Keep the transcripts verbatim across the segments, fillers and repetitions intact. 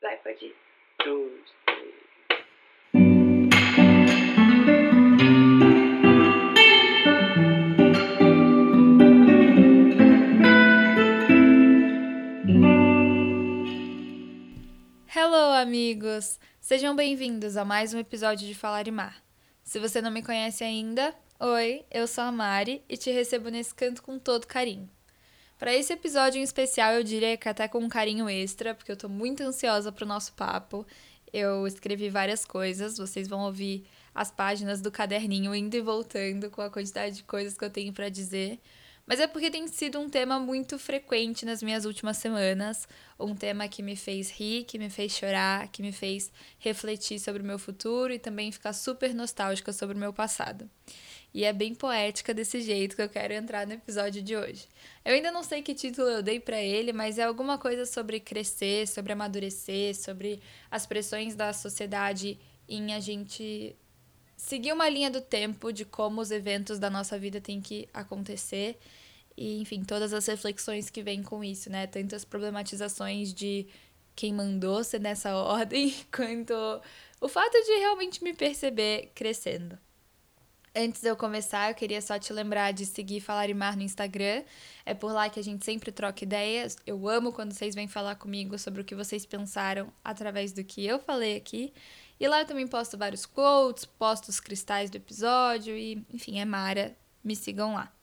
Vai, pode ir. Dois, três. Hello, amigos! Sejam bem-vindos a mais um episódio de Falar e Mar. Se você não me conhece ainda, oi, eu sou a Mari e te recebo nesse canto com todo carinho. Para esse episódio em especial, eu diria que até com um carinho extra, porque eu tô muito ansiosa pro nosso papo. Eu escrevi várias coisas, vocês vão ouvir as páginas do caderninho indo e voltando com a quantidade de coisas que eu tenho para dizer. Mas é porque tem sido um tema muito frequente nas minhas últimas semanas, um tema que me fez rir, que me fez chorar, que me fez refletir sobre o meu futuro e também ficar super nostálgica sobre o meu passado. E é bem poética desse jeito que eu quero entrar no episódio de hoje. Eu ainda não sei que título eu dei pra ele, mas é alguma coisa sobre crescer, sobre amadurecer, sobre as pressões da sociedade em a gente seguir uma linha do tempo de como os eventos da nossa vida têm que acontecer. E, enfim, todas as reflexões que vêm com isso, né? Tanto as problematizações de quem mandou ser nessa ordem, quanto o fato de realmente me perceber crescendo. Antes de eu começar, eu queria só te lembrar de seguir Falar e Mar no Instagram. É por lá que a gente sempre troca ideias. Eu amo quando vocês vêm falar comigo sobre o que vocês pensaram através do que eu falei aqui. E lá eu também posto vários quotes, posto os cristais do episódio e, enfim, é Mara. Me sigam lá.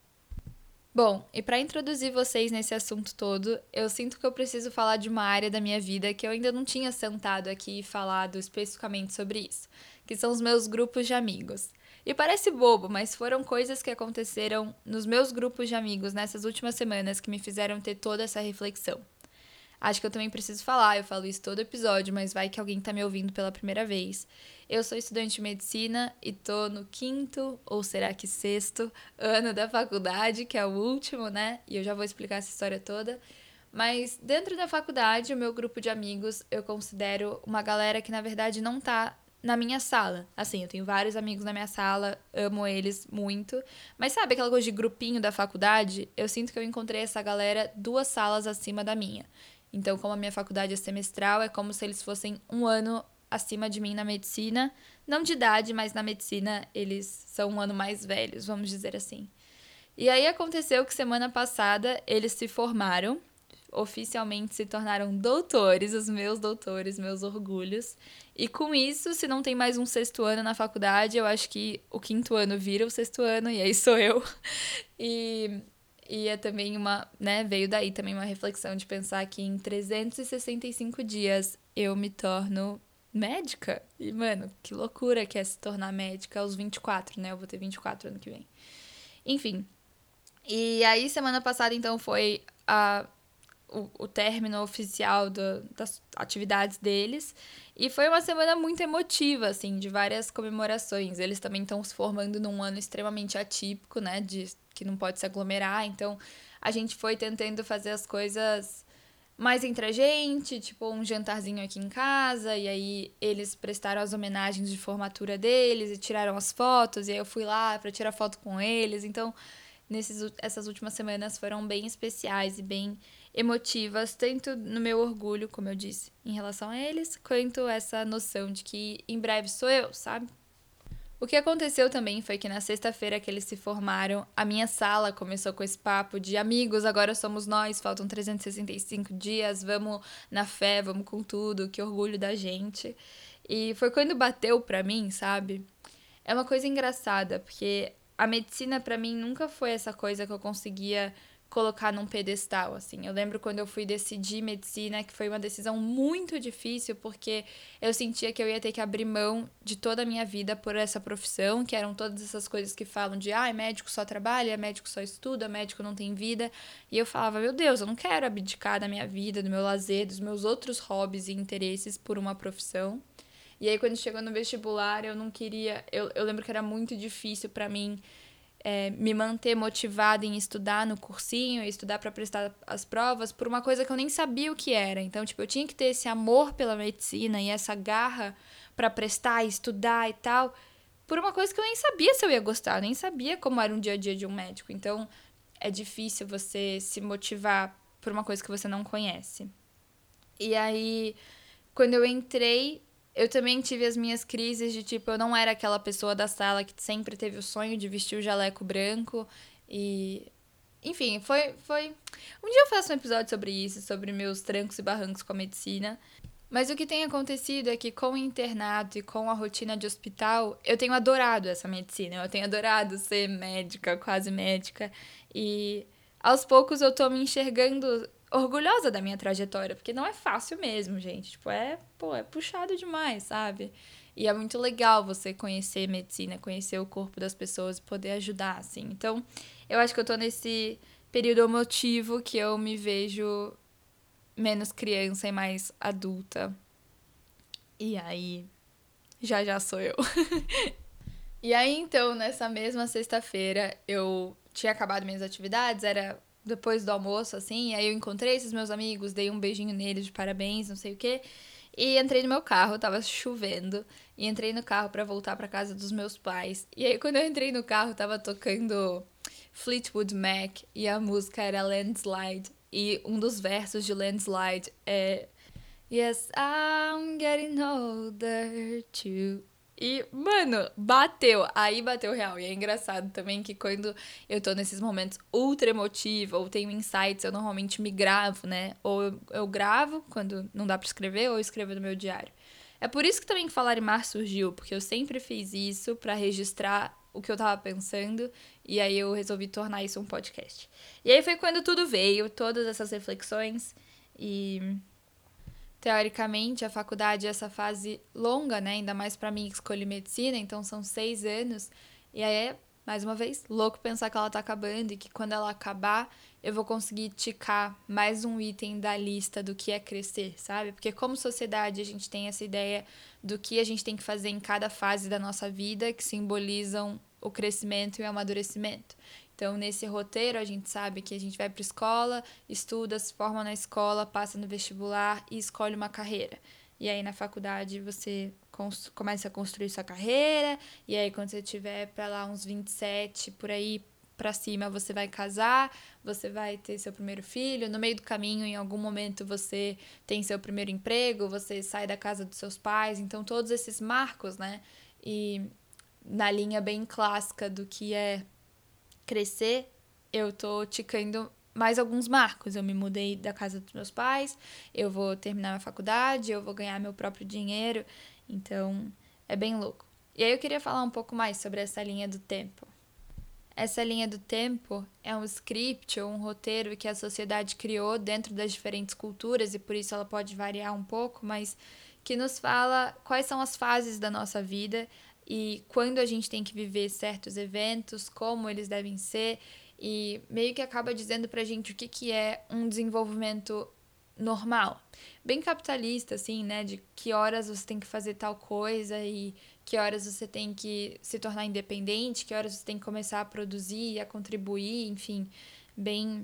Bom, e para introduzir vocês nesse assunto todo, eu sinto que eu preciso falar de uma área da minha vida que eu ainda não tinha sentado aqui e falado especificamente sobre isso, que são os meus grupos de amigos. E parece bobo, mas foram coisas que aconteceram nos meus grupos de amigos nessas últimas semanas que me fizeram ter toda essa reflexão. Acho que eu também preciso falar, eu falo isso todo episódio, mas vai que alguém tá me ouvindo pela primeira vez. Eu sou estudante de medicina e tô no quinto, ou será que sexto, ano da faculdade, que é o último, né? E eu já vou explicar essa história toda. Mas dentro da faculdade, o meu grupo de amigos, eu considero uma galera que na verdade não tá na minha sala. Assim, eu tenho vários amigos na minha sala, amo eles muito. Mas sabe aquela coisa de grupinho da faculdade? Eu sinto que eu encontrei essa galera duas salas acima da minha. Então, como a minha faculdade é semestral, é como se eles fossem um ano acima de mim na medicina. Não de idade, mas na medicina eles são um ano mais velhos, vamos dizer assim. E aí aconteceu que semana passada eles se formaram, oficialmente se tornaram doutores, os meus doutores, meus orgulhos. E com isso, se não tem mais um sexto ano na faculdade, eu acho que o quinto ano vira o sexto ano, e aí sou eu. E, e é também uma, né, veio daí também uma reflexão de pensar que em trezentos e sessenta e cinco dias eu me torno médica. E, mano, que loucura que é se tornar médica aos vinte e quatro, né? Eu vou ter vinte e quatro ano que vem. Enfim. E aí, semana passada, então, foi a o, o término oficial do, das atividades deles. E foi uma semana muito emotiva, assim, de várias comemorações. Eles também estão se formando num ano extremamente atípico, né? De, que não pode se aglomerar. Então, a gente foi tentando fazer as coisas mais entre a gente, tipo um jantarzinho aqui em casa, e aí eles prestaram as homenagens de formatura deles e tiraram as fotos, e aí eu fui lá pra tirar foto com eles. Então, nesses, essas últimas semanas foram bem especiais e bem emotivas, tanto no meu orgulho, como eu disse, em relação a eles, quanto essa noção de que em breve sou eu, sabe? O que aconteceu também foi que na sexta-feira que eles se formaram, a minha sala começou com esse papo de amigos, agora somos nós, faltam trezentos e sessenta e cinco dias, vamos na fé, vamos com tudo, que orgulho da gente. E foi quando bateu pra mim, sabe? É uma coisa engraçada, porque a medicina pra mim nunca foi essa coisa que eu conseguia colocar num pedestal, assim. Eu lembro quando eu fui decidir medicina, que foi uma decisão muito difícil, porque eu sentia que eu ia ter que abrir mão de toda a minha vida por essa profissão, que eram todas essas coisas que falam de, ah, médico só trabalha, médico só estuda, médico não tem vida. E eu falava, meu Deus, eu não quero abdicar da minha vida, do meu lazer, dos meus outros hobbies e interesses por uma profissão. E aí, quando chegou no vestibular, eu não queria... Eu, eu lembro que era muito difícil pra mim é, me manter motivada em estudar no cursinho, estudar pra prestar as provas, por uma coisa que eu nem sabia o que era. Então, tipo, eu tinha que ter esse amor pela medicina e essa garra pra prestar, estudar e tal, por uma coisa que eu nem sabia se eu ia gostar, eu nem sabia como era um dia a dia de um médico. Então, é difícil você se motivar por uma coisa que você não conhece. E aí... quando eu entrei, eu também tive as minhas crises de tipo, eu não era aquela pessoa da sala que sempre teve o sonho de vestir o jaleco branco e enfim, foi foi um dia eu faço um episódio sobre isso, sobre meus trancos e barrancos com a medicina. Mas o que tem acontecido é que com o internato e com a rotina de hospital, eu tenho adorado essa medicina. Eu tenho adorado ser médica, quase médica. E aos poucos eu tô me enxergando orgulhosa da minha trajetória, porque não é fácil mesmo, gente. Tipo, é, pô, é puxado demais, sabe? E é muito legal você conhecer medicina, conhecer o corpo das pessoas e poder ajudar, assim. Então, eu acho que eu tô nesse período emotivo que eu me vejo menos criança e mais adulta. E aí, já já sou eu. E aí, então, nessa mesma sexta-feira, eu tinha acabado minhas atividades, era depois do almoço, assim, aí eu encontrei esses meus amigos, dei um beijinho neles de parabéns, não sei o quê, e entrei no meu carro, tava chovendo, e entrei no carro pra voltar pra casa dos meus pais. E aí, quando eu entrei no carro, tava tocando Fleetwood Mac, e a música era Landslide, e um dos versos de Landslide é Yes, I'm getting older too. E, mano, bateu. Aí bateu real. E é engraçado também que quando eu tô nesses momentos ultra emotiva ou tenho insights, eu normalmente me gravo, né? Ou eu, eu gravo quando não dá pra escrever, ou eu escrevo no meu diário. É por isso que também Falar em Mar surgiu, porque eu sempre fiz isso pra registrar o que eu tava pensando, e aí eu resolvi tornar isso um podcast. E aí foi quando tudo veio, todas essas reflexões, e teoricamente, a faculdade é essa fase longa, né? Ainda mais pra mim que escolhi medicina, então são seis anos. E aí é, mais uma vez, louco pensar que ela tá acabando e que quando ela acabar, eu vou conseguir ticar mais um item da lista do que é crescer, sabe? Porque como sociedade a gente tem essa ideia do que a gente tem que fazer em cada fase da nossa vida que simbolizam o crescimento e o amadurecimento. Então, nesse roteiro, a gente sabe que a gente vai para escola, estuda, se forma na escola, passa no vestibular e escolhe uma carreira. E aí, na faculdade, você começa a construir sua carreira, e aí, quando você tiver para lá uns vinte e sete, por aí para cima, você vai casar, você vai ter seu primeiro filho, no meio do caminho, em algum momento, você tem seu primeiro emprego, você sai da casa dos seus pais, então, todos esses marcos, né? E na linha bem clássica do que é crescer, eu tô ticando mais alguns marcos. Eu me mudei da casa dos meus pais, eu vou terminar minha faculdade, eu vou ganhar meu próprio dinheiro. Então, é bem louco. E aí eu queria falar um pouco mais sobre essa linha do tempo. Essa linha do tempo é um script ou um roteiro que a sociedade criou dentro das diferentes culturas e por isso ela pode variar um pouco, mas que nos fala quais são as fases da nossa vida e quando a gente tem que viver certos eventos, como eles devem ser, e meio que acaba dizendo pra gente o que, que é um desenvolvimento normal. Bem capitalista, assim, né? De que horas você tem que fazer tal coisa e que horas você tem que se tornar independente, que horas você tem que começar a produzir, a contribuir, enfim, bem,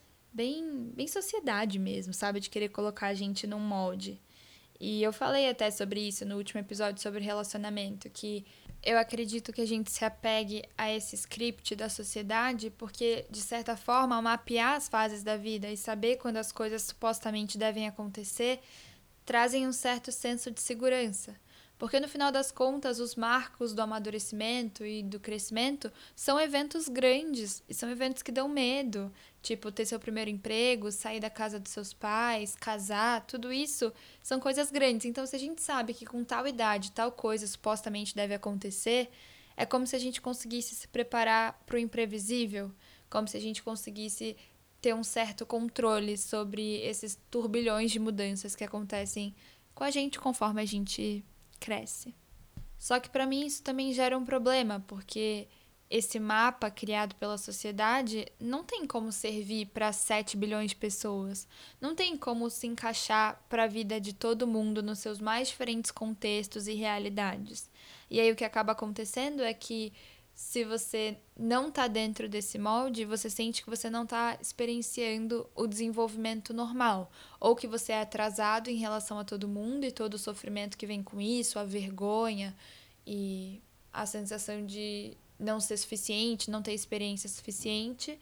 bem, bem sociedade mesmo, sabe? De querer colocar a gente num molde. E eu falei até sobre isso no último episódio sobre relacionamento, que eu acredito que a gente se apegue a esse script da sociedade porque, de certa forma, ao mapear as fases da vida e saber quando as coisas supostamente devem acontecer, trazem um certo senso de segurança. Porque no final das contas, os marcos do amadurecimento e do crescimento são eventos grandes e são eventos que dão medo. Tipo, ter seu primeiro emprego, sair da casa dos seus pais, casar, tudo isso são coisas grandes. Então, se a gente sabe que com tal idade, tal coisa supostamente deve acontecer, é como se a gente conseguisse se preparar para o imprevisível, como se a gente conseguisse ter um certo controle sobre esses turbilhões de mudanças que acontecem com a gente conforme a gente cresce. Só que para mim isso também gera um problema, porque esse mapa criado pela sociedade não tem como servir para sete bilhões de pessoas. Não tem como se encaixar para a vida de todo mundo nos seus mais diferentes contextos e realidades. E aí o que acaba acontecendo é que se você não está dentro desse molde, você sente que você não está experienciando o desenvolvimento normal, ou que você é atrasado em relação a todo mundo e todo o sofrimento que vem com isso, a vergonha e a sensação de não ser suficiente, não ter experiência suficiente,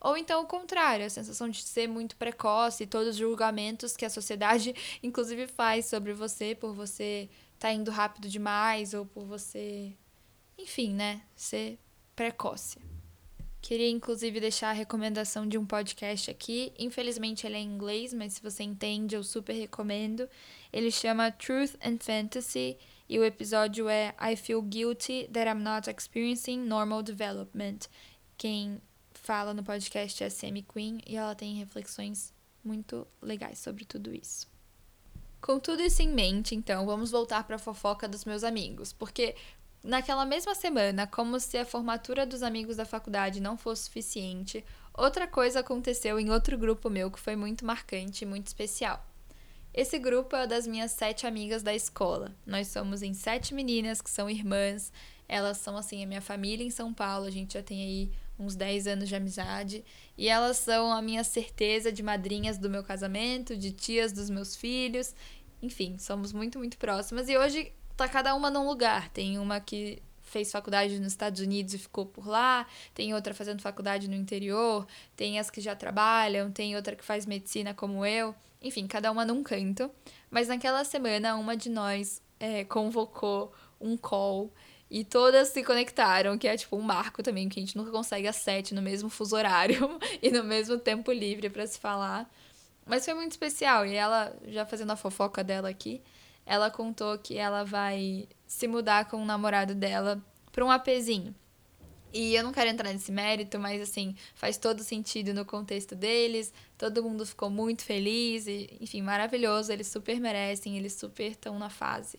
Ou então o contrário, a sensação de ser muito precoce e todos os julgamentos que a sociedade inclusive faz sobre você por você estar tá indo rápido demais ou por você, enfim, né, ser precoce. Queria, inclusive, deixar a recomendação de um podcast aqui. Infelizmente, ele é em inglês, mas se você entende, eu super recomendo. Ele chama Truth and Fantasy e o episódio é I Feel Guilty That I'm Not Experiencing Normal Development. Quem fala no podcast é a Sammy Quinn e ela tem reflexões muito legais sobre tudo isso. Com tudo isso em mente, então, vamos voltar para a fofoca dos meus amigos, porque naquela mesma semana, como se a formatura dos amigos da faculdade não fosse suficiente, outra coisa aconteceu em outro grupo meu que foi muito marcante e muito especial. Esse grupo é das minhas sete amigas da escola. Nós somos em sete meninas que são irmãs, elas são assim a minha família em São Paulo, a gente já tem aí uns dez anos de amizade, e elas são a minha certeza de madrinhas do meu casamento, de tias dos meus filhos, enfim, somos muito, muito próximas, e hoje tá cada uma num lugar. Tem uma que fez faculdade nos Estados Unidos e ficou por lá, tem outra fazendo faculdade no interior, tem as que já trabalham, tem outra que faz medicina como eu, enfim, cada uma num canto. Mas naquela semana, uma de nós é, convocou um call e todas se conectaram, que é tipo um marco também, que a gente nunca consegue às sete no mesmo fuso horário e no mesmo tempo livre pra se falar. Mas foi muito especial, e ela, já fazendo a fofoca dela aqui, ela contou que ela vai se mudar com o namorado dela pra um apezinho. E eu não quero entrar nesse mérito, mas assim, faz todo sentido no contexto deles, todo mundo ficou muito feliz, e, enfim, maravilhoso, eles super merecem, eles super estão na fase.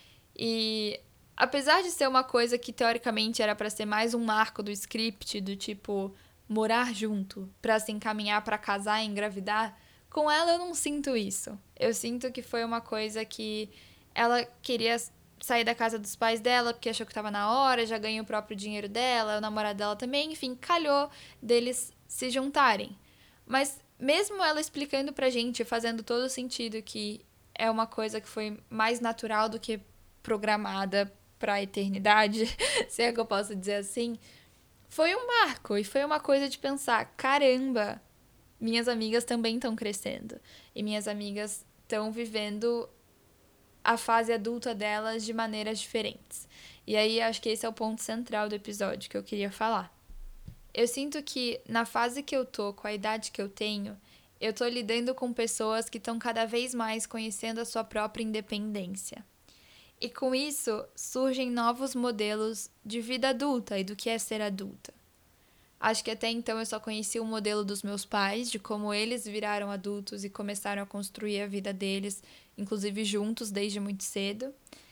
E apesar de ser uma coisa que teoricamente era pra ser mais um marco do script, do tipo, morar junto, pra se encaminhar pra casar e engravidar, com ela eu não sinto isso. Eu sinto que foi uma coisa que ela queria sair da casa dos pais dela porque achou que estava na hora, já ganhou o próprio dinheiro dela, o namorado dela também, enfim, calhou deles se juntarem. Mas mesmo ela explicando pra gente, fazendo todo sentido que é uma coisa que foi mais natural do que programada pra eternidade, se é que eu posso dizer assim, foi um marco e foi uma coisa de pensar, caramba, minhas amigas também estão crescendo. E minhas amigas estão vivendo a fase adulta delas de maneiras diferentes. E aí acho que esse é o ponto central do episódio que eu queria falar. Eu sinto que na fase que eu tô, com a idade que eu tenho, eu tô lidando com pessoas que estão cada vez mais conhecendo a sua própria independência. E com isso surgem novos modelos de vida adulta e do que é ser adulta. Acho que até então eu só conhecia o modelo dos meus pais, de como eles viraram adultos e começaram a construir a vida deles, inclusive juntos desde muito cedo.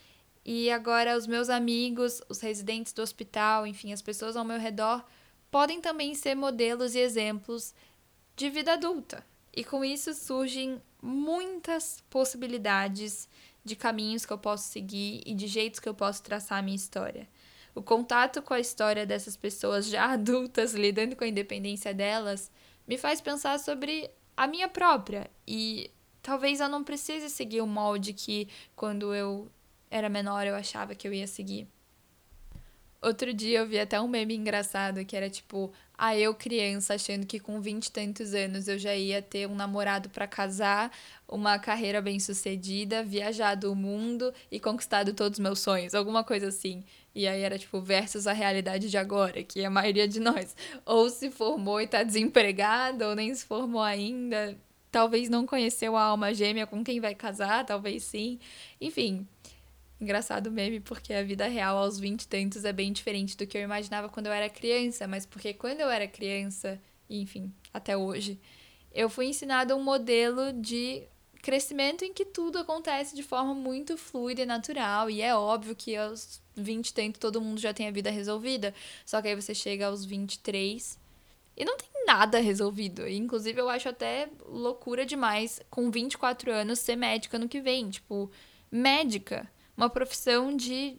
E agora os meus amigos, os residentes do hospital, enfim, as pessoas ao meu redor, podem também ser modelos e exemplos de vida adulta. E com isso surgem muitas possibilidades de caminhos que eu posso seguir e de jeitos que eu posso traçar a minha história. O contato com a história dessas pessoas já adultas, lidando com a independência delas, me faz pensar sobre a minha própria. E talvez eu não precise seguir o molde que, quando eu era menor, eu achava que eu ia seguir. Outro dia eu vi até um meme engraçado que era tipo, ah, eu criança achando que com vinte e tantos anos eu já ia ter um namorado pra casar, uma carreira bem sucedida, viajado o mundo e conquistado todos os meus sonhos, alguma coisa assim. E aí era tipo, versus a realidade de agora, que a maioria de nós ou se formou e tá desempregada, ou nem se formou ainda, talvez não conheceu a alma gêmea com quem vai casar, talvez sim, enfim. Engraçado o meme, porque a vida real aos vinte e tantos é bem diferente do que eu imaginava quando eu era criança, mas porque quando eu era criança, e enfim, até hoje, eu fui ensinada um modelo de crescimento em que tudo acontece de forma muito fluida e natural, e é óbvio que aos vinte e tantos todo mundo já tem a vida resolvida, só que aí você chega aos vinte e três e não tem nada resolvido, e, inclusive eu acho até loucura demais com vinte e quatro anos ser médica no que vem, tipo, médica. Uma profissão de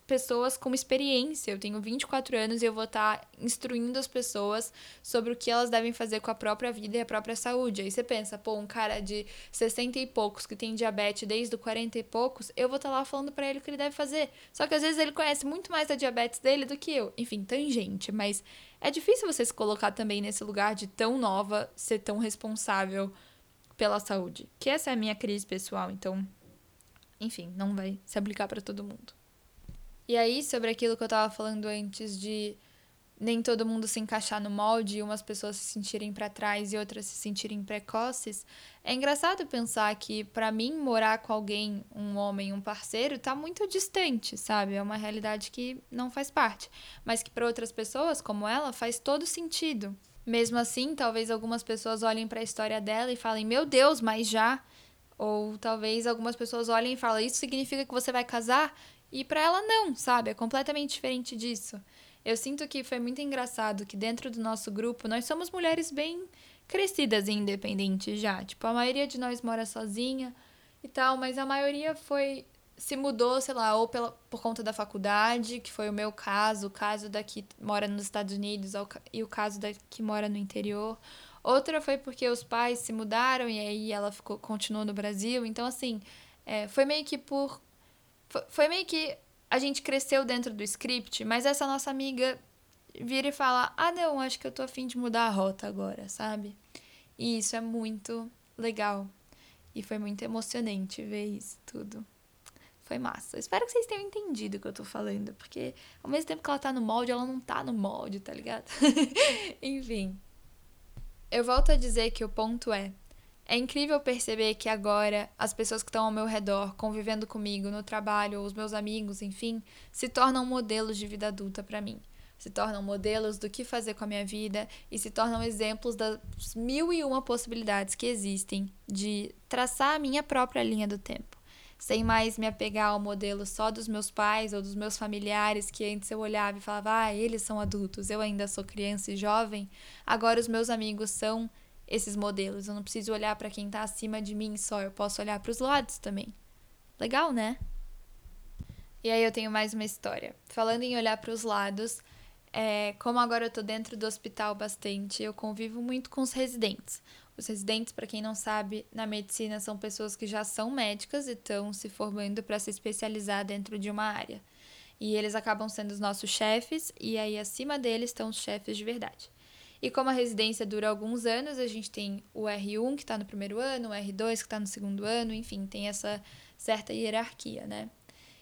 pessoas com experiência. Eu tenho vinte e quatro anos e eu vou estar instruindo as pessoas sobre o que elas devem fazer com a própria vida e a própria saúde. Aí você pensa, pô, um cara de sessenta e poucos que tem diabetes desde os quarenta e poucos, eu vou estar lá falando pra ele o que ele deve fazer. Só que às vezes ele conhece muito mais da diabetes dele do que eu. Enfim, tangente, mas é difícil você se colocar também nesse lugar de tão nova, ser tão responsável pela saúde. Que essa é a minha crise pessoal, então, enfim, não vai se aplicar pra todo mundo. E aí, sobre aquilo que eu tava falando antes de nem todo mundo se encaixar no molde e umas pessoas se sentirem pra trás e outras se sentirem precoces, é engraçado pensar que, pra mim, morar com alguém, um homem, um parceiro, tá muito distante, sabe? É uma realidade que não faz parte, mas que pra outras pessoas, como ela, faz todo sentido. Mesmo assim, talvez algumas pessoas olhem pra história dela e falem, meu Deus, mas já... Ou talvez algumas pessoas olhem e falem, isso significa que você vai casar? E pra ela não, sabe? É completamente diferente disso. Eu sinto que foi muito engraçado que dentro do nosso grupo nós somos mulheres bem crescidas e independentes já. Tipo, a maioria de nós mora sozinha e tal, mas a maioria foi... se mudou, sei lá, ou pela, por conta da faculdade, que foi o meu caso, o caso da que mora nos Estados Unidos e o caso da que mora no interior. Outra foi porque os pais se mudaram e aí ela ficou, continuou no Brasil. Então, assim, é, foi meio que por... Foi, foi meio que a gente cresceu dentro do script, mas essa nossa amiga vira e fala, ah, não, acho que eu tô a fim de mudar a rota agora, sabe? E isso é muito legal. E foi muito emocionante ver isso tudo. Foi massa. Eu espero que vocês tenham entendido o que eu tô falando, porque ao mesmo tempo que ela tá no molde, ela não tá no molde, tá ligado? Enfim. Eu volto a dizer que o ponto é, é incrível perceber que agora as pessoas que estão ao meu redor, convivendo comigo no trabalho, ou os meus amigos, enfim, se tornam modelos de vida adulta pra mim. Se tornam modelos do que fazer com a minha vida e se tornam exemplos das mil e uma possibilidades que existem de traçar a minha própria linha do tempo. Sem mais me apegar ao modelo só dos meus pais ou dos meus familiares, que antes eu olhava e falava, ah, eles são adultos, eu ainda sou criança e jovem. Agora os meus amigos são esses modelos. Eu não preciso olhar para quem tá acima de mim só, eu posso olhar para os lados também. Legal, né? E aí eu tenho mais uma história. Falando em olhar para os lados, é, como agora eu tô dentro do hospital bastante, eu convivo muito com os residentes. Os residentes, para quem não sabe, na medicina são pessoas que já são médicas e estão se formando para se especializar dentro de uma área. E eles acabam sendo os nossos chefes, e aí acima deles estão os chefes de verdade. E como a residência dura alguns anos, a gente tem o R um que está no primeiro ano, o R dois que está no segundo ano, enfim, tem essa certa hierarquia, né?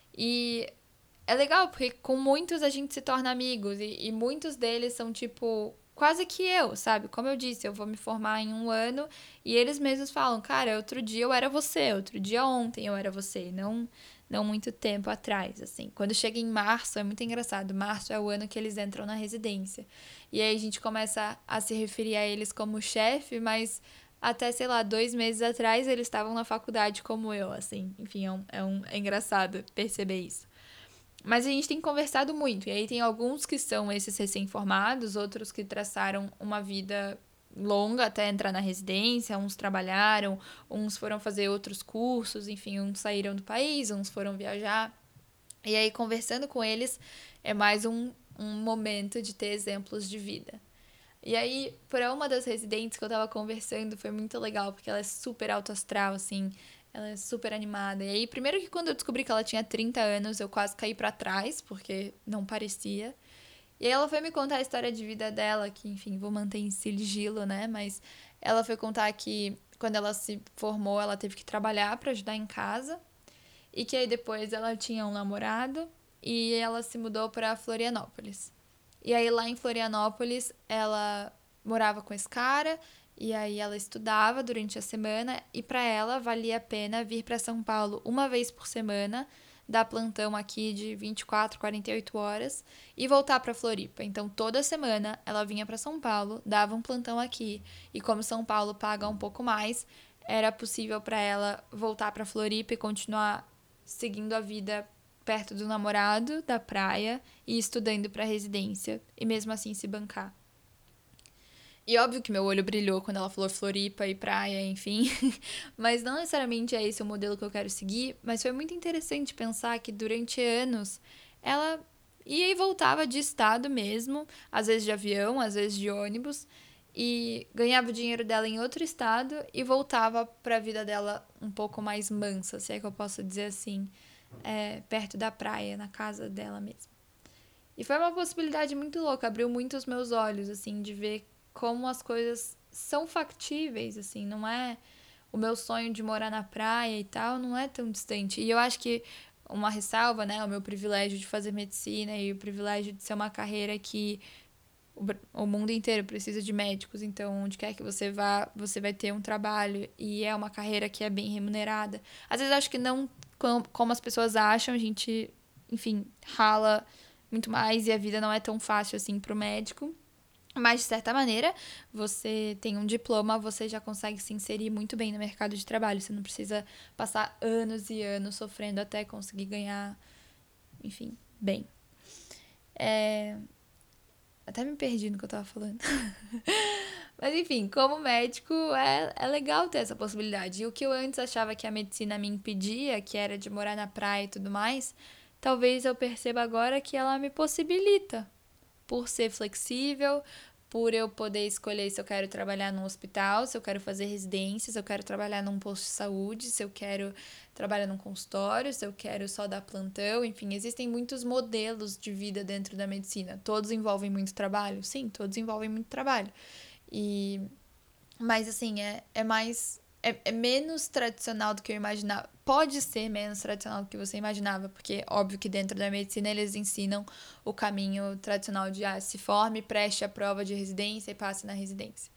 E é legal, porque com muitos a gente se torna amigos, e, e muitos deles são, tipo, quase que eu, sabe? Como eu disse, eu vou me formar em um ano, e eles mesmos falam, cara, outro dia eu era você, outro dia ontem eu era você, não, não muito tempo atrás, assim. Quando chega em março, é muito engraçado, março é o ano que eles entram na residência. E aí a gente começa a se referir a eles como chefe, mas até, sei lá, dois meses atrás eles estavam na faculdade como eu, assim. Enfim, é, um, é, um, é engraçado perceber isso. Mas a gente tem conversado muito, e aí tem alguns que são esses recém-formados, outros que traçaram uma vida longa até entrar na residência, uns trabalharam, uns foram fazer outros cursos, enfim, uns saíram do país, uns foram viajar. E aí, conversando com eles, é mais um, um momento de ter exemplos de vida. E aí, para uma das residentes que eu tava conversando, foi muito legal, porque ela é super alto astral, assim, ela é super animada. E aí, primeiro que quando eu descobri que ela tinha trinta anos, eu quase caí pra trás, porque não parecia. E aí ela foi me contar a história de vida dela, que, enfim, vou manter em sigilo, né? Mas ela foi contar que quando ela se formou, ela teve que trabalhar pra ajudar em casa. E que aí depois ela tinha um namorado e ela se mudou pra Florianópolis. E aí lá em Florianópolis, ela morava com esse cara, e aí ela estudava durante a semana, e para ela valia a pena vir para São Paulo uma vez por semana, dar plantão aqui de vinte e quatro, quarenta e oito horas, e voltar para Floripa. Então toda semana ela vinha para São Paulo, dava um plantão aqui, e como São Paulo paga um pouco mais, era possível para ela voltar para Floripa e continuar seguindo a vida perto do namorado, da praia, e estudando para residência, e mesmo assim se bancar. E óbvio que meu olho brilhou quando ela falou Floripa e praia, enfim, mas não necessariamente é esse o modelo que eu quero seguir, mas foi muito interessante pensar que durante anos ela ia e voltava de estado mesmo, às vezes de avião, às vezes de ônibus, e ganhava o dinheiro dela em outro estado e voltava para a vida dela um pouco mais mansa, se é que eu posso dizer assim, é, perto da praia, na casa dela mesmo. E foi uma possibilidade muito louca, abriu muito os meus olhos, assim, de ver como as coisas são factíveis, assim, não é o meu sonho de morar na praia e tal, não é tão distante. E eu acho que uma ressalva, né, o meu privilégio de fazer medicina e o privilégio de ser uma carreira que o mundo inteiro precisa de médicos, então onde quer que você vá, você vai ter um trabalho e é uma carreira que é bem remunerada. Às vezes acho que não como as pessoas acham, a gente, enfim, rala muito mais e a vida não é tão fácil assim pro médico. Mas, de certa maneira, você tem um diploma, você já consegue se inserir muito bem no mercado de trabalho. Você não precisa passar anos e anos sofrendo até conseguir ganhar, enfim, bem. É... Até me perdi no que eu tava falando. Mas, enfim, como médico, é, é legal ter essa possibilidade. E o que eu antes achava que a medicina me impedia, que era de morar na praia e tudo mais, talvez eu perceba agora que ela me possibilita. Por ser flexível, por eu poder escolher se eu quero trabalhar num hospital, se eu quero fazer residência, se eu quero trabalhar num posto de saúde, se eu quero trabalhar num consultório, se eu quero só dar plantão, enfim, existem muitos modelos de vida dentro da medicina. Todos envolvem muito trabalho? Sim, todos envolvem muito trabalho. E mas, assim, é, é mais... É, é menos tradicional do que eu imaginava. Pode ser menos tradicional do que você imaginava, porque, óbvio que dentro da medicina eles ensinam o caminho tradicional de ah, se forme, preste a prova de residência e passe na residência.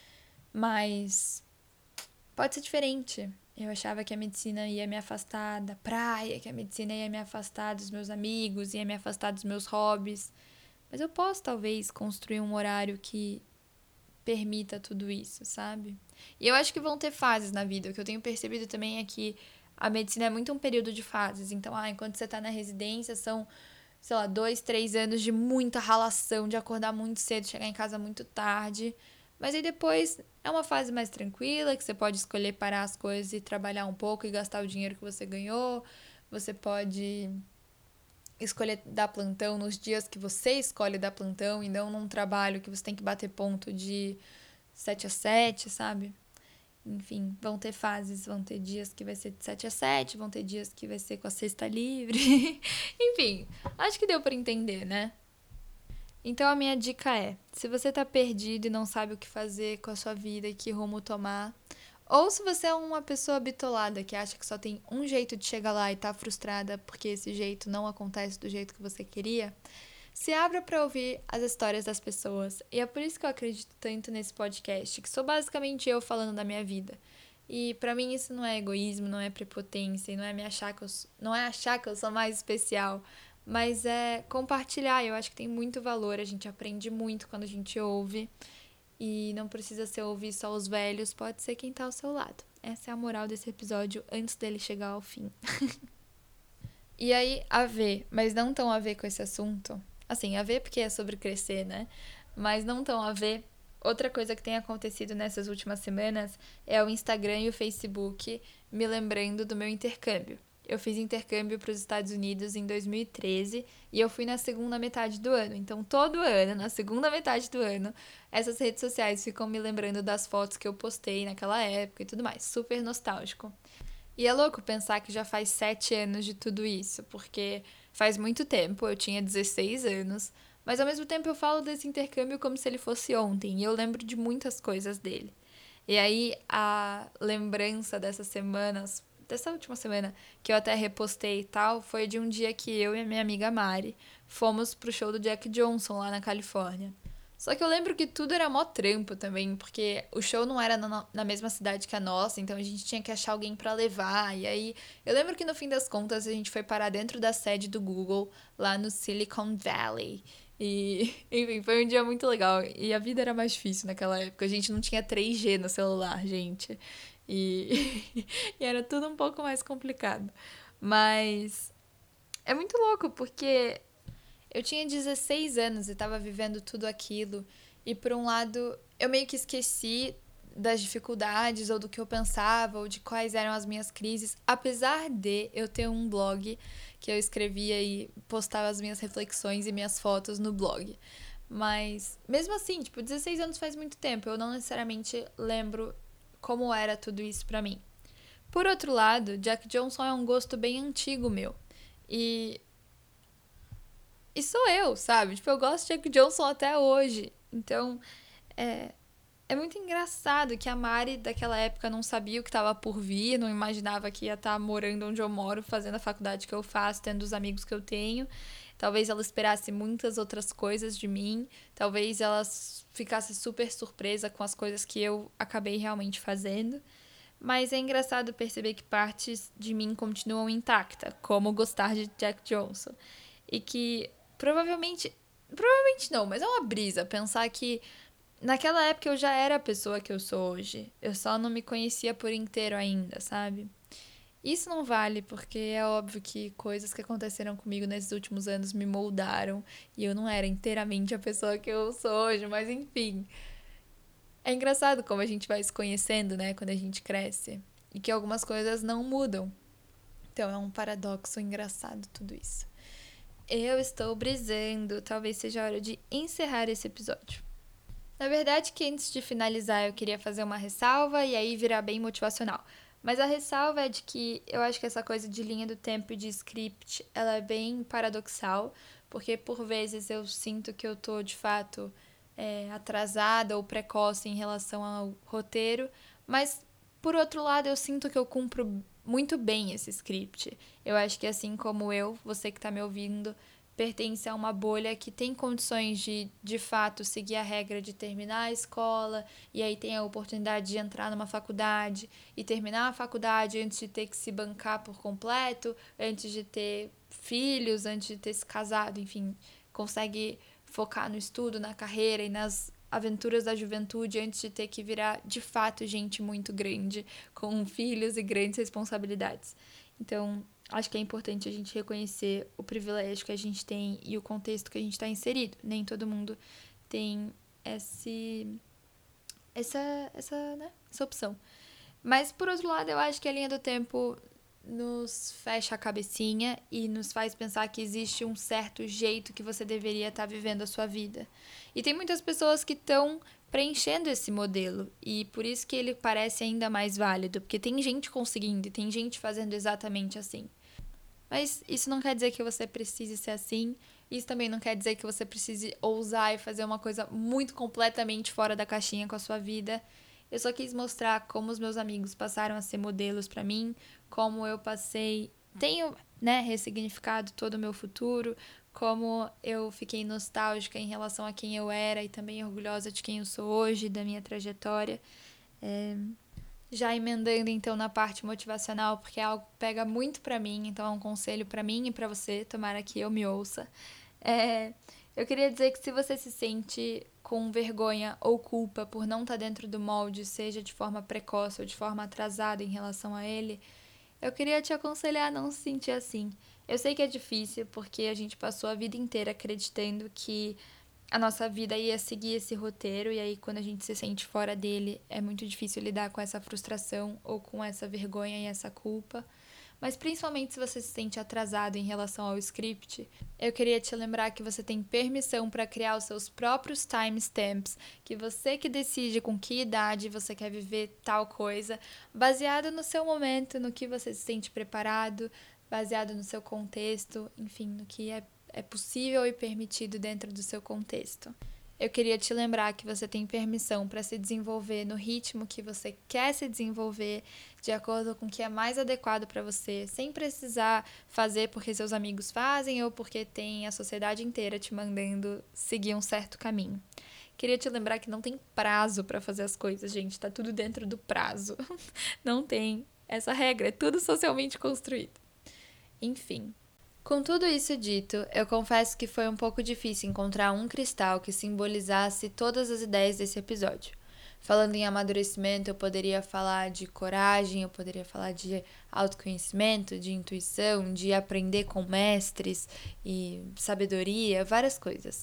Mas pode ser diferente. Eu achava que a medicina ia me afastar da praia, que a medicina ia me afastar dos meus amigos, ia me afastar dos meus hobbies. Mas eu posso, talvez, construir um horário que permita tudo isso, sabe? E eu acho que vão ter fases na vida. O que eu tenho percebido também é que a medicina é muito um período de fases. Então, ah, enquanto você tá na residência, são, sei lá, dois, três anos de muita ralação, de acordar muito cedo, chegar em casa muito tarde. Mas aí depois é uma fase mais tranquila, que você pode escolher parar as coisas e trabalhar um pouco e gastar o dinheiro que você ganhou. Você pode escolher dar plantão nos dias que você escolhe dar plantão e não num trabalho que você tem que bater ponto de sete a sete, sabe? Enfim, vão ter fases, vão ter dias que vai ser de sete a sete, vão ter dias que vai ser com a sexta livre. Enfim, acho que deu para entender, né? Então a minha dica é, se você tá perdido e não sabe o que fazer com a sua vida e que rumo tomar, ou se você é uma pessoa bitolada que acha que só tem um jeito de chegar lá e tá frustrada porque esse jeito não acontece do jeito que você queria, se abra para ouvir as histórias das pessoas. E é por isso que eu acredito tanto nesse podcast, que sou basicamente eu falando da minha vida. E para mim isso não é egoísmo, não é prepotência, não é me achar que eu, não é achar que eu sou mais especial, mas é compartilhar. Eu acho que tem muito valor, a gente aprende muito quando a gente ouve. E não precisa ser ouvir só os velhos, pode ser quem tá ao seu lado. Essa é a moral desse episódio antes dele chegar ao fim. E aí, a ver, mas não tão a ver com esse assunto. Assim, a ver porque é sobre crescer, né? Mas não tão a ver. Outra coisa que tem acontecido nessas últimas semanas é o Instagram e o Facebook me lembrando do meu intercâmbio. Eu fiz intercâmbio para os Estados Unidos em dois mil e treze e eu fui na segunda metade do ano. Então, todo ano, na segunda metade do ano, essas redes sociais ficam me lembrando das fotos que eu postei naquela época e tudo mais. Super nostálgico. E é louco pensar que já faz sete anos de tudo isso, porque faz muito tempo, eu tinha dezesseis anos, mas ao mesmo tempo eu falo desse intercâmbio como se ele fosse ontem, e eu lembro de muitas coisas dele. E aí a lembrança dessas semanas, dessa última semana, que eu até repostei e tal, foi de um dia que eu e a minha amiga Mari fomos pro show do Jack Johnson lá na Califórnia. Só que eu lembro que tudo era mó trampo também, porque o show não era na, na mesma cidade que a nossa, então a gente tinha que achar alguém pra levar. E aí, eu lembro que no fim das contas a gente foi parar dentro da sede do Google, lá no Silicon Valley. E, enfim, foi um dia muito legal. E a vida era mais difícil naquela época. A gente não tinha três G no celular, gente. E, e era tudo um pouco mais complicado. Mas é muito louco, porque eu tinha dezesseis anos e tava vivendo tudo aquilo. E por um lado, eu meio que esqueci das dificuldades ou do que eu pensava ou de quais eram as minhas crises, apesar de eu ter um blog que eu escrevia e postava as minhas reflexões e minhas fotos no blog. Mas mesmo assim, tipo, dezesseis anos faz muito tempo, eu não necessariamente lembro como era tudo isso pra mim. Por outro lado, Jack Johnson é um gosto bem antigo meu. E E sou eu, sabe? Tipo, eu gosto de Jack Johnson até hoje. Então, é, é muito engraçado que a Mari daquela época não sabia o que estava por vir, não imaginava que ia estar morando onde eu moro, fazendo a faculdade que eu faço, tendo os amigos que eu tenho. Talvez ela esperasse muitas outras coisas de mim. Talvez ela ficasse super surpresa com as coisas que eu acabei realmente fazendo. Mas é engraçado perceber que partes de mim continuam intactas, como gostar de Jack Johnson. E que provavelmente. Provavelmente não, mas é uma brisa pensar que naquela época eu já era a pessoa que eu sou hoje. Eu só não me conhecia por inteiro ainda, sabe? Isso não vale, porque é óbvio que coisas que aconteceram comigo nesses últimos anos me moldaram e eu não era inteiramente a pessoa que eu sou hoje, mas enfim. É engraçado como a gente vai se conhecendo, né, quando a gente cresce. E que algumas coisas não mudam. Então é um paradoxo engraçado tudo isso. Eu estou brisando, talvez seja a hora de encerrar esse episódio. Na verdade, que antes de finalizar eu queria fazer uma ressalva e aí virar bem motivacional. Mas a ressalva é de que eu acho que essa coisa de linha do tempo e de script, ela é bem paradoxal, porque por vezes eu sinto que eu tô de fato é, atrasada ou precoce em relação ao roteiro, mas por outro lado eu sinto que eu cumpro muito bem esse script. Eu acho que assim como eu, você que tá me ouvindo, pertence a uma bolha que tem condições de, de fato, seguir a regra de terminar a escola e aí tem a oportunidade de entrar numa faculdade e terminar a faculdade antes de ter que se bancar por completo, antes de ter filhos, antes de ter se casado, enfim, consegue focar no estudo, na carreira e nas aventuras da juventude antes de ter que virar, de fato, gente muito grande, com filhos e grandes responsabilidades. Então, acho que é importante a gente reconhecer o privilégio que a gente tem e o contexto que a gente está inserido. Nem todo mundo tem esse, essa, essa, né, essa opção. Mas, por outro lado, eu acho que a linha do tempo nos fecha a cabecinha e nos faz pensar que existe um certo jeito que você deveria estar vivendo a sua vida. E tem muitas pessoas que estão preenchendo esse modelo e por isso que ele parece ainda mais válido, porque tem gente conseguindo e tem gente fazendo exatamente assim. Mas isso não quer dizer que você precise ser assim. Isso também não quer dizer que você precise ousar e fazer uma coisa muito completamente fora da caixinha com a sua vida. Eu só quis mostrar como os meus amigos passaram a ser modelos pra mim, como eu passei, tenho, né, ressignificado todo o meu futuro, como eu fiquei nostálgica em relação a quem eu era e também orgulhosa de quem eu sou hoje, da minha trajetória. É... Já emendando então na parte motivacional, porque é algo que pega muito pra mim, então é um conselho pra mim e pra você, tomara que eu me ouça. É, eu queria dizer que se você se sente com vergonha ou culpa por não estar dentro do molde, seja de forma precoce ou de forma atrasada em relação a ele, eu queria te aconselhar a não se sentir assim. Eu sei que é difícil, porque a gente passou a vida inteira acreditando que a nossa vida ia seguir esse roteiro, e aí quando a gente se sente fora dele, é muito difícil lidar com essa frustração ou com essa vergonha e essa culpa. Mas principalmente se você se sente atrasado em relação ao script, eu queria te lembrar que você tem permissão para criar os seus próprios timestamps, que você que decide com que idade você quer viver tal coisa, baseado no seu momento, no que você se sente preparado, baseado no seu contexto, enfim, no que é é possível e permitido dentro do seu contexto. Eu queria te lembrar que você tem permissão para se desenvolver no ritmo que você quer se desenvolver, de acordo com o que é mais adequado para você, sem precisar fazer porque seus amigos fazem ou porque tem a sociedade inteira te mandando seguir um certo caminho. Queria te lembrar que não tem prazo para fazer as coisas, gente, tá tudo dentro do prazo. Não tem essa regra, é tudo socialmente construído. Enfim. Com tudo isso dito, eu confesso que foi um pouco difícil encontrar um cristal que simbolizasse todas as ideias desse episódio. Falando em amadurecimento, eu poderia falar de coragem, eu poderia falar de autoconhecimento, de intuição, de aprender com mestres e sabedoria, várias coisas.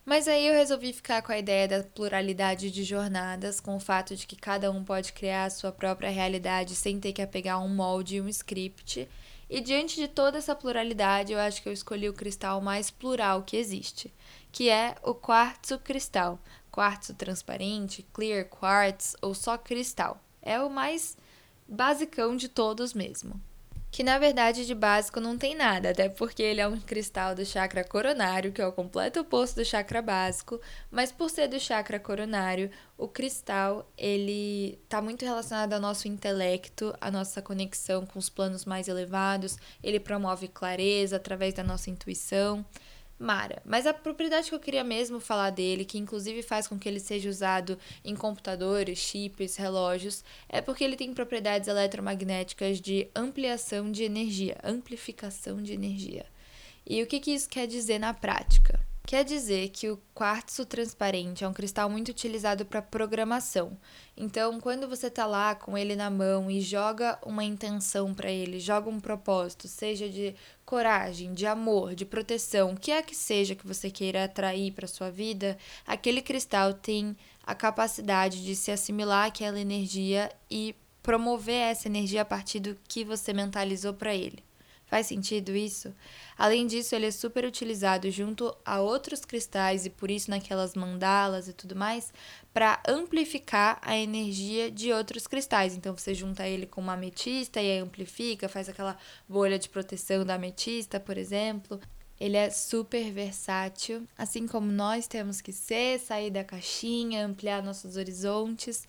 Mas aí eu resolvi ficar com a ideia da pluralidade de jornadas, com o fato de que cada um pode criar a sua própria realidade sem ter que apegar um molde e um script. E diante de toda essa pluralidade, eu acho que eu escolhi o cristal mais plural que existe, que é o quartzo cristal. Quartzo transparente, clear quartz ou só cristal. É o mais basicão de todos mesmo. Que na verdade de básico não tem nada, até porque ele é um cristal do chakra coronário, que é o completo oposto do chakra básico, mas por ser do chakra coronário, o cristal, ele tá muito relacionado ao nosso intelecto, à nossa conexão com os planos mais elevados, ele promove clareza através da nossa intuição. Mara, mas a propriedade que eu queria mesmo falar dele, que inclusive faz com que ele seja usado em computadores, chips, relógios, é porque ele tem propriedades eletromagnéticas de ampliação de energia, amplificação de energia. E o que, que isso quer dizer na prática? Quer dizer que o quartzo transparente é um cristal muito utilizado para programação. Então, quando você tá lá com ele na mão e joga uma intenção para ele, joga um propósito, seja de coragem, de amor, de proteção, o que é que seja que você queira atrair para sua vida, aquele cristal tem a capacidade de se assimilar àquela energia e promover essa energia a partir do que você mentalizou para ele. Faz sentido isso? Além disso, ele é super utilizado junto a outros cristais e por isso naquelas mandalas e tudo mais, para amplificar a energia de outros cristais. Então você junta ele com uma ametista e aí amplifica, faz aquela bolha de proteção da ametista, por exemplo. Ele é super versátil, assim como nós temos que ser, sair da caixinha, ampliar nossos horizontes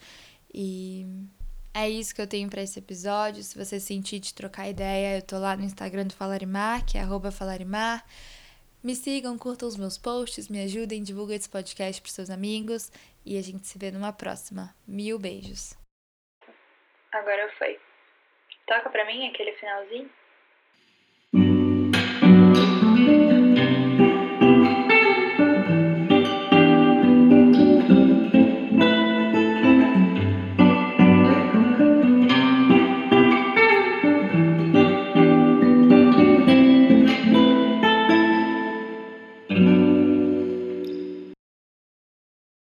e é isso que eu tenho para esse episódio. Se você sentir de trocar ideia, eu tô lá no Instagram do Falarimar, que é arroba Falarimar. Me sigam, curtam os meus posts, me ajudem, divulguem esse podcast pros seus amigos e a gente se vê numa próxima. Mil beijos. Agora foi. Toca pra mim aquele finalzinho?